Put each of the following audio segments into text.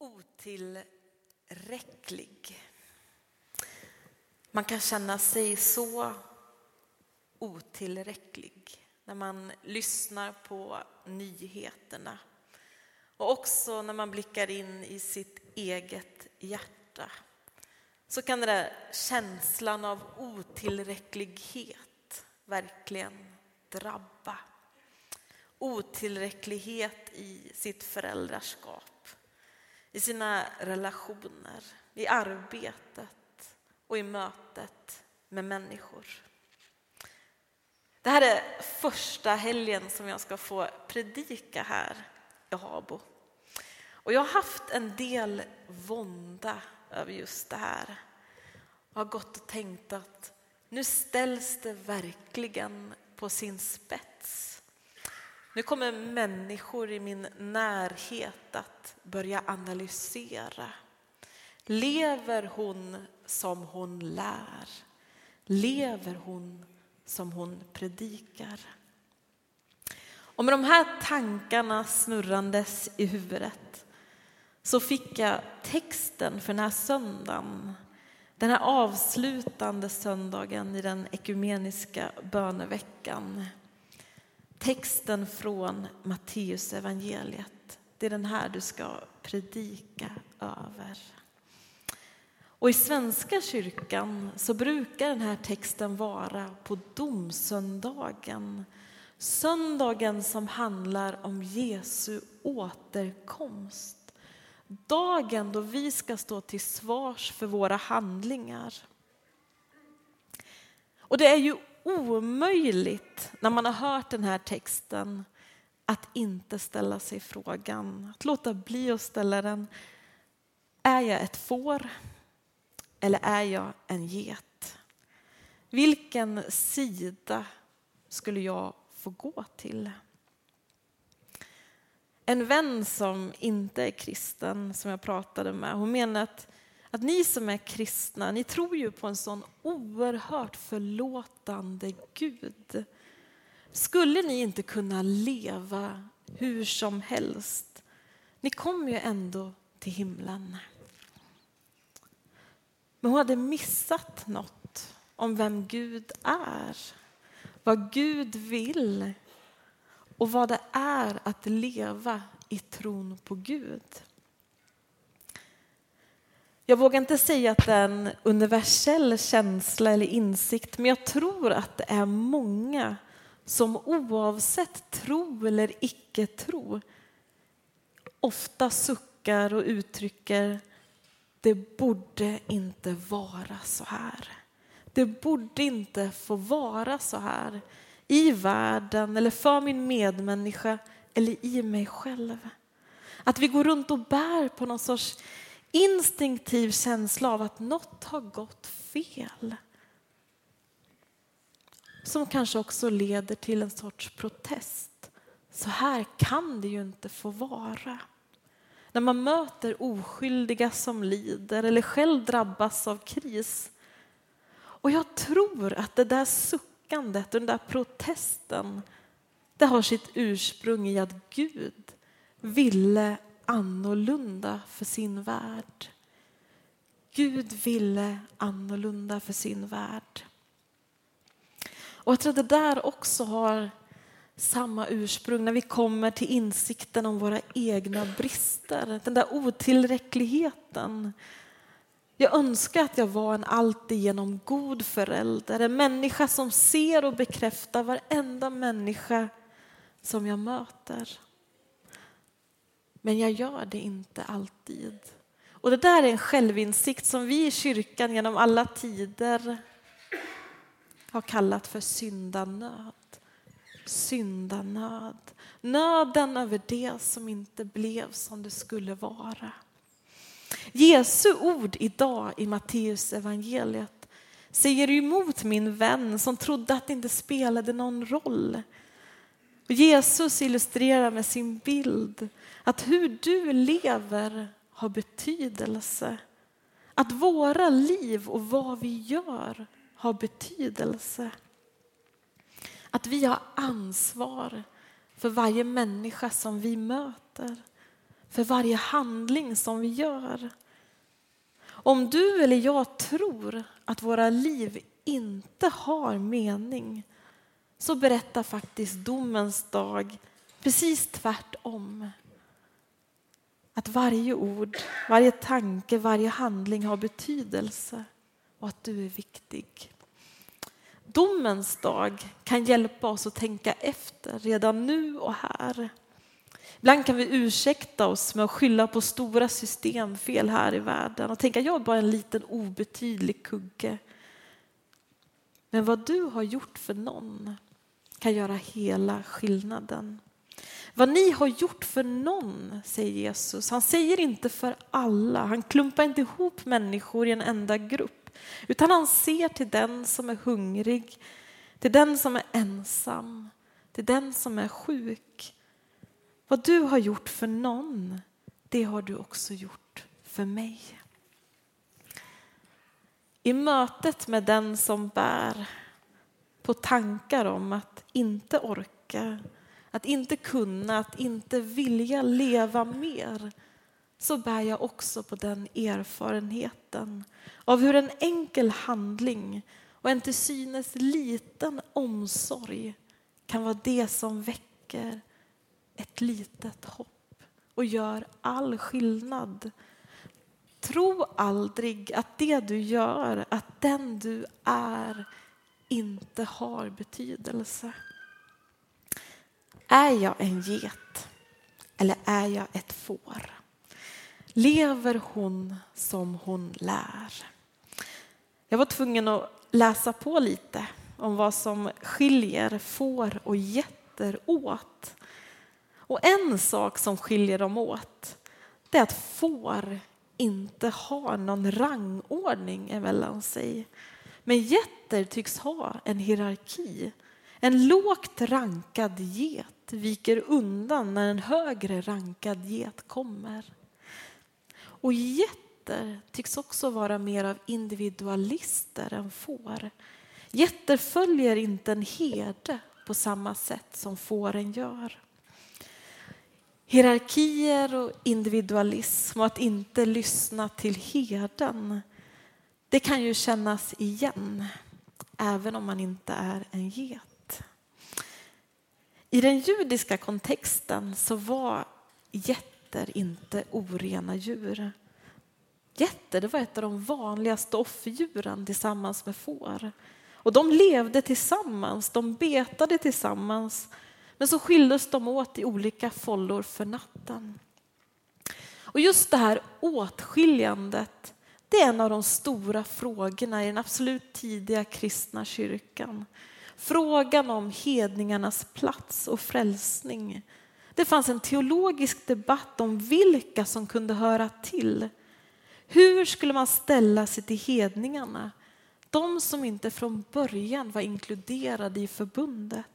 Otillräcklig. Man kan känna sig så otillräcklig när man lyssnar på nyheterna. Och också när man blickar in i sitt eget hjärta. Så kan den där känslan av otillräcklighet verkligen drabba. Otillräcklighet i sitt föräldraskap. I sina relationer, i arbetet och i mötet med människor. Det här är första helgen som jag ska få predika här i Habo. Och jag har haft en del vånda över just det här. Jag har gått och tänkt att nu ställs det verkligen på sin spets. Nu kommer människor i min närhet att börja analysera. Lever hon som hon lär? Lever hon som hon predikar? Och med de här tankarna snurrandes i huvudet så fick jag texten för den här söndagen. Den här avslutande söndagen i den ekumeniska böneveckan. Texten från Matteus evangeliet. Det är den här du ska predika över. Och i svenska kyrkan så brukar den här texten vara på domsöndagen. Söndagen som handlar om Jesu återkomst. Dagen då vi ska stå till svars för våra handlingar. Och det är ju omöjligt när man har hört den här texten att inte ställa sig frågan, att låta bli att ställa den. Är jag ett får eller är jag en get? Vilken sida skulle jag få gå till? En vän som inte är kristen som jag pratade med, hon menar att ni som är kristna, ni tror ju på en sån oerhört förlåtande Gud. Skulle ni inte kunna leva hur som helst? Ni kommer ju ändå till himlen. Men hon hade missat något om vem Gud är. Vad Gud vill och vad det är att leva i tron på Gud. Jag vågar inte säga att det är en universell känsla eller insikt, men jag tror att det är många som oavsett tro eller icke-tro ofta suckar och uttrycker: det borde inte vara så här. Det borde inte få vara så här i världen eller för min medmänniska eller i mig själv. Att vi går runt och bär på någon sorts instinktiv känsla av att något har gått fel. Som kanske också leder till en sorts protest. Så här kan det ju inte få vara. När man möter oskyldiga som lider eller själv drabbas av kris. Och jag tror att det där suckandet, den där protesten, det har sitt ursprung i att Gud ville annorlunda för sin värld. Gud ville annorlunda för sin värld. Och jag tror att det där också har samma ursprung när vi kommer till insikten om våra egna brister. Den där otillräckligheten. Jag önskar att jag var en alltigenom god förälder. En människa som ser och bekräftar varenda människa som jag möter. Men jag gör det inte alltid. Och det där är en självinsikt som vi i kyrkan genom alla tider har kallat för syndanöd. Syndanöd. Nöden över det som inte blev som det skulle vara. Jesu ord idag i Matteus evangeliet säger emot min vän som trodde att det inte spelade någon roll. Och Jesus illustrerar med sin bild att hur du lever har betydelse. Att våra liv och vad vi gör har betydelse. Att vi har ansvar för varje människa som vi möter. för varje handling som vi gör. Om du eller jag tror att våra liv inte har mening, så berättar faktiskt domens dag precis tvärtom. Att varje ord, varje tanke, varje handling har betydelse och att du är viktig. Domens dag kan hjälpa oss att tänka efter redan nu och här. Ibland kan vi ursäkta oss med att skylla på stora systemfel här i världen och tänka, jag är bara en liten obetydlig kugge. Men vad du har gjort för någon kan göra hela skillnaden. Vad ni har gjort för någon, säger Jesus. Han säger inte för alla. Han klumpar inte ihop människor i en enda grupp. Utan han ser till den som är hungrig, till den som är ensam, till den som är sjuk. Vad du har gjort för någon, det har du också gjort för mig. I mötet med den som bär på tankar om att inte orka, att inte kunna, att inte vilja leva mer, så bär jag också på den erfarenheten av hur en enkel handling och en till synes liten omsorg kan vara det som väcker ett litet hopp och gör all skillnad. Tro aldrig att det du gör, att den du är, inte har betydelse. Är jag en get eller är jag ett får? Lever hon som hon lär? Jag var tvungen att läsa på lite om vad som skiljer får och getter åt. Och en sak som skiljer dem åt, det är att får inte har någon rangordning emellan sig. Men getter tycks ha en hierarki. En lågt rankad get viker undan när en högre rankad get kommer. Och getter tycks också vara mer av individualister än får. Getter följer inte en herde på samma sätt som fåren gör. Hierarkier och individualism och att inte lyssna till herden, det kan ju kännas igen, även om man inte är en get. I den judiska kontexten så var getter inte orena djur. Getter, det var ett av de vanligaste offerdjuren tillsammans med får. Och de levde tillsammans, de betade tillsammans, men så skildes de åt i olika fållor för natten. Och just det här åtskiljandet, det är en av de stora frågorna i den absolut tidiga kristna kyrkan. Frågan om hedningarnas plats och frälsning. Det fanns en teologisk debatt om vilka som kunde höra till. Hur skulle man ställa sig till hedningarna? De som inte från början var inkluderade i förbundet.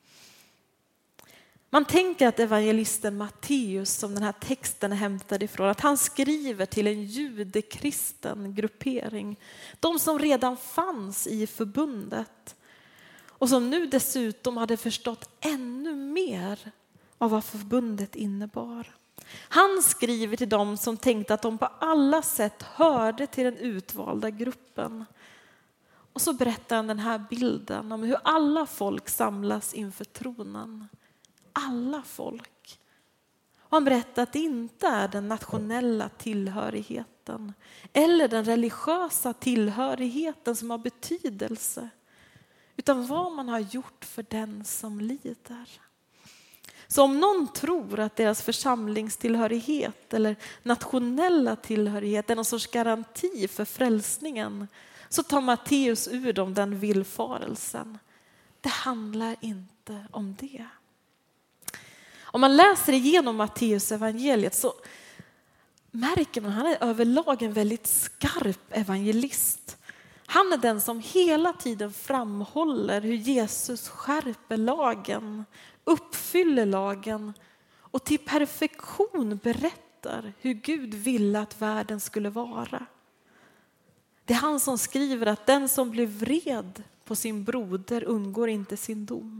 Man tänker att evangelisten Matteus, som den här texten är hämtad ifrån, att han skriver till en judekristen gruppering. De som redan fanns i förbundet. Och som nu dessutom hade förstått ännu mer av vad förbundet innebar. Han skriver till dem som tänkte att de på alla sätt hörde till den utvalda gruppen. Och så berättar han den här bilden om hur alla folk samlas inför tronen. Alla folk. Och han berättar att det inte är den nationella tillhörigheten eller den religiösa tillhörigheten som har betydelse, utan vad man har gjort för den som lider. Så om någon tror att deras församlingstillhörighet eller nationella tillhörighet är någon sorts garanti för frälsningen, så tar Matteus ur dem den villfarelsen. Det handlar inte om det. Om man läser igenom Matteus evangeliet så märker man att han är överlag en väldigt skarp evangelist. Han är den som hela tiden framhåller hur Jesus skärper lagen, uppfyller lagen och till perfektion berättar hur Gud ville att världen skulle vara. Det är han som skriver att den som blir vred på sin broder undgår inte sin dom.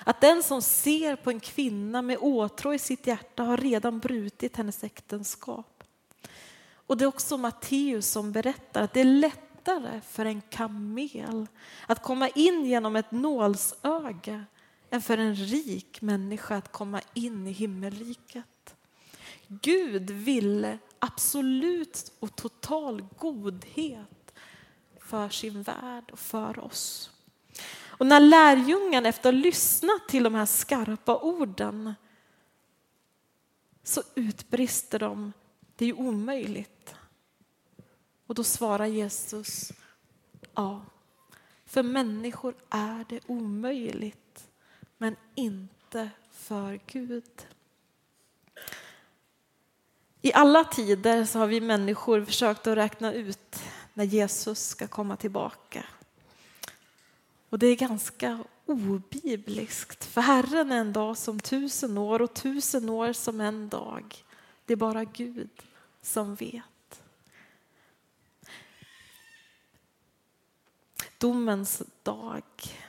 Att den som ser på en kvinna med åtrå i sitt hjärta har redan brutit hennes äktenskap. Och det är också Matteus som berättar att det är lättare för en kamel att komma in genom ett nålsöga än för en rik människa att komma in i himmelriket. Gud ville absolut och total godhet för sin värld och för oss. Och när lärjungen efter att ha lyssnat till de här skarpa orden så utbrister de: det är ju omöjligt. Och då svarar Jesus: ja, för människor är det omöjligt, men inte för Gud. I alla tider så har vi människor försökt att räkna ut när Jesus ska komma tillbaka. Och det är ganska obibliskt. För Herren är en dag som 1000 år och 1000 år som en dag. Det är bara Gud som vet. Domens dag.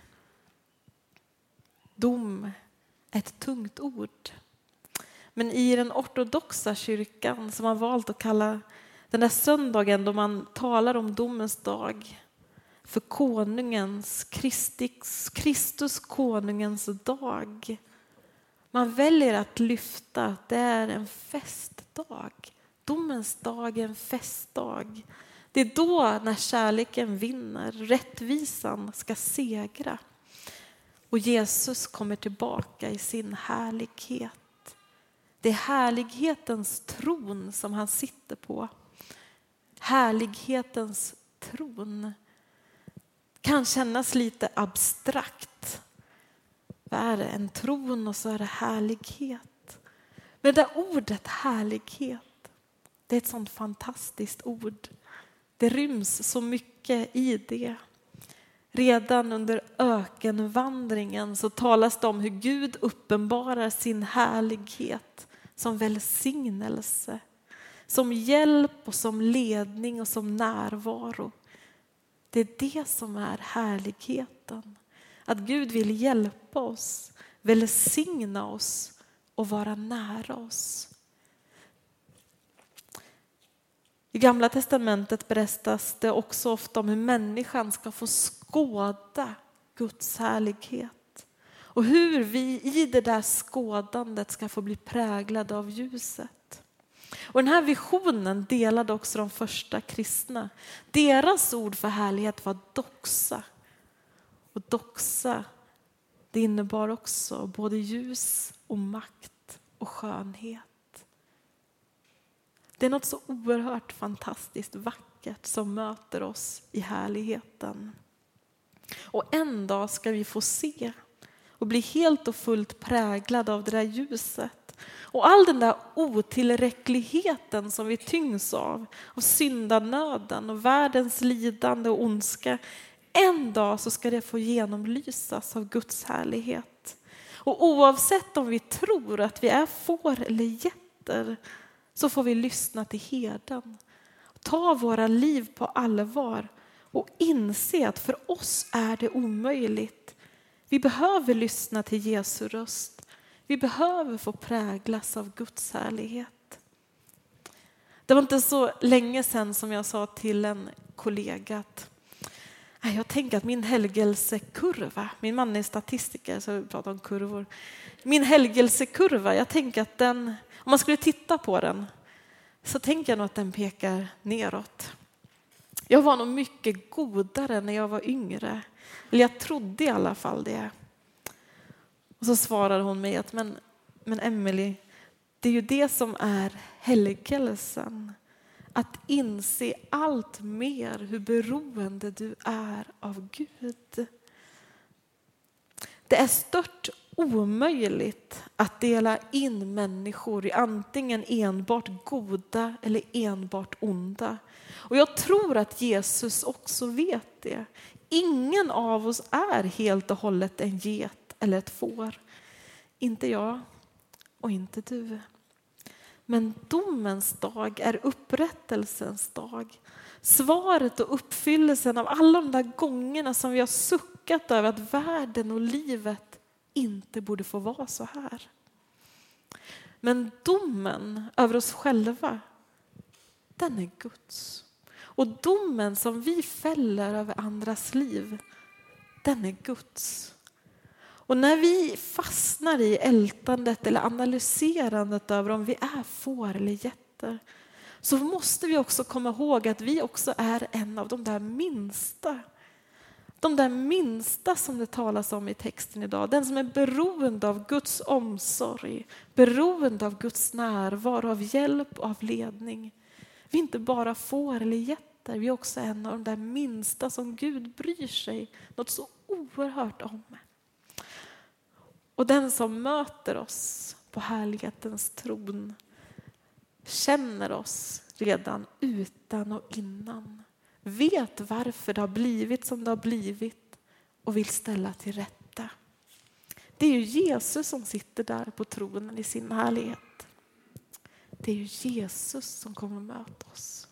Dom är ett tungt ord. Men i den ortodoxa kyrkan som har valt att kalla den där söndagen då man talar om domens dag för konungens, Kristus konungens dag. Man väljer att lyfta att det är en festdag. Domens dag är en festdag. Det är då när kärleken vinner, rättvisan ska segra. Och Jesus kommer tillbaka i sin härlighet. Det är härlighetens tron som han sitter på. Härlighetens tron kan kännas lite abstrakt. Vad är det? En tron och så är det härlighet. Men det där ordet härlighet, det är ett sånt fantastiskt ord. Det ryms så mycket i det. Redan under ökenvandringen så talas det om hur Gud uppenbarar sin härlighet som välsignelse, som hjälp och som ledning och som närvaro. Det är det som är härligheten. Att Gud vill hjälpa oss, välsigna oss och vara nära oss. I Gamla testamentet berättas det också ofta om hur människan ska få skåda Guds härlighet. Och hur vi i det där skådandet ska få bli präglade av ljuset. Och den här visionen delade också de första kristna. Deras ord för härlighet var doxa. Och doxa, det innebar också både ljus och makt och skönhet. Det är något så oerhört fantastiskt vackert som möter oss i härligheten. Och en dag ska vi få se och bli helt och fullt präglade av det där ljuset. Och all den där otillräckligheten som vi tyngs av syndanöden och världens lidande och ondska. En dag så ska det få genomlysas av Guds härlighet. Och oavsett om vi tror att vi är får eller getter så får vi lyssna till herden. Ta våra liv på allvar och inse att för oss är det omöjligt. Vi behöver lyssna till Jesu röst. Vi behöver få präglas av Guds härlighet. Det var inte så länge sedan som jag sa till en kollega att jag tänker att min helgelsekurva, min man är statistiker så vi pratar om kurvor. Min helgelsekurva, jag tänker att den, om man skulle titta på den så tänker jag nog att den pekar neråt. Jag var nog mycket godare när jag var yngre. Eller jag trodde i alla fall det. Och så svarade hon mig att men Emily, det är ju det som är helgelsen. Att inse allt mer hur beroende du är av Gud. Det är stört omöjligt att dela in människor i antingen enbart goda eller enbart onda. Och jag tror att Jesus också vet det. Ingen av oss är helt och hållet en get eller ett får. Inte jag och inte du. Men domens dag är upprättelsens dag. Svaret och uppfyllelsen av alla de där gångerna som vi har suckat över att världen och livet inte borde få vara så här. Men domen över oss själva, den är Guds. Och domen som vi fäller över andras liv, den är Guds. Och när vi fastnar i ältandet eller analyserandet över om vi är får eller getter, så måste vi också komma ihåg att vi också är en av de där minsta. De där minsta som det talas om i texten idag. Den som är beroende av Guds omsorg, beroende av Guds närvaro, av hjälp och av ledning. Vi är inte bara får eller getter, vi är också en av de där minsta som Gud bryr sig något så oerhört om. Och den som möter oss på härlighetens tron känner oss redan utan och innan. Vet varför det har blivit som det har blivit och vill ställa till rätta. Det är ju Jesus som sitter där på tronen i sin härlighet. Det är ju Jesus som kommer att möta oss.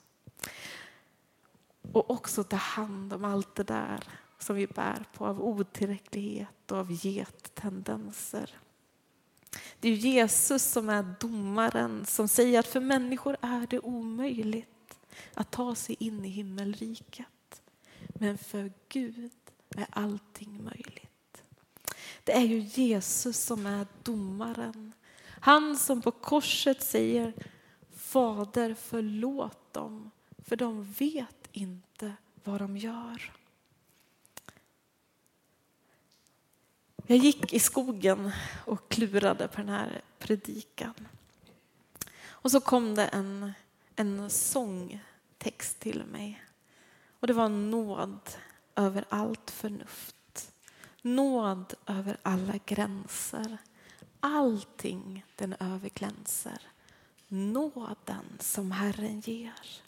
Och också ta hand om allt det där som vi bär på av otillräcklighet och av gettendenser. Det är ju Jesus som är domaren som säger att för människor är det omöjligt att ta sig in i himmelriket. Men för Gud är allting möjligt. Det är ju Jesus som är domaren. Han som på korset säger: Fader, förlåt dem, för de vet inte vad de gör. Jag gick i skogen och klurade på den här predikan. Och så kom det en sångtext till mig. Och det var nåd över allt förnuft. Nåd över alla gränser. Allting den överglänser. Nåden som Herren ger.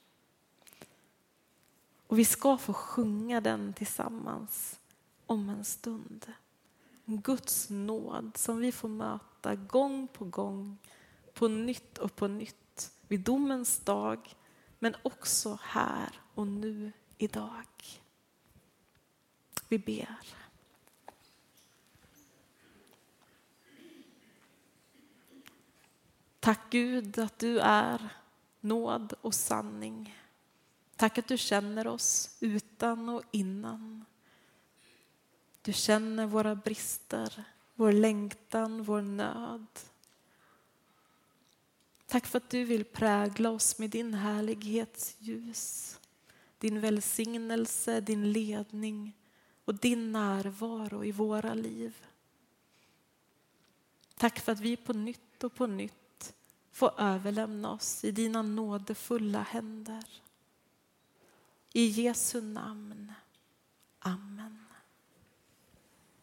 Och vi ska få sjunga den tillsammans om en stund. Guds nåd som vi får möta gång på nytt och på nytt vid domens dag, men också här och nu idag. Vi ber. Tack Gud att du är nåd och sanning. Tack att du känner oss utan och innan. Du känner våra brister, vår längtan, vår nöd. Tack för att du vill prägla oss med din härlighetsljus, din välsignelse, din ledning och din närvaro i våra liv. Tack för att vi på nytt och på nytt får överlämna oss i dina nådefulla händer. I Jesu namn. Amen.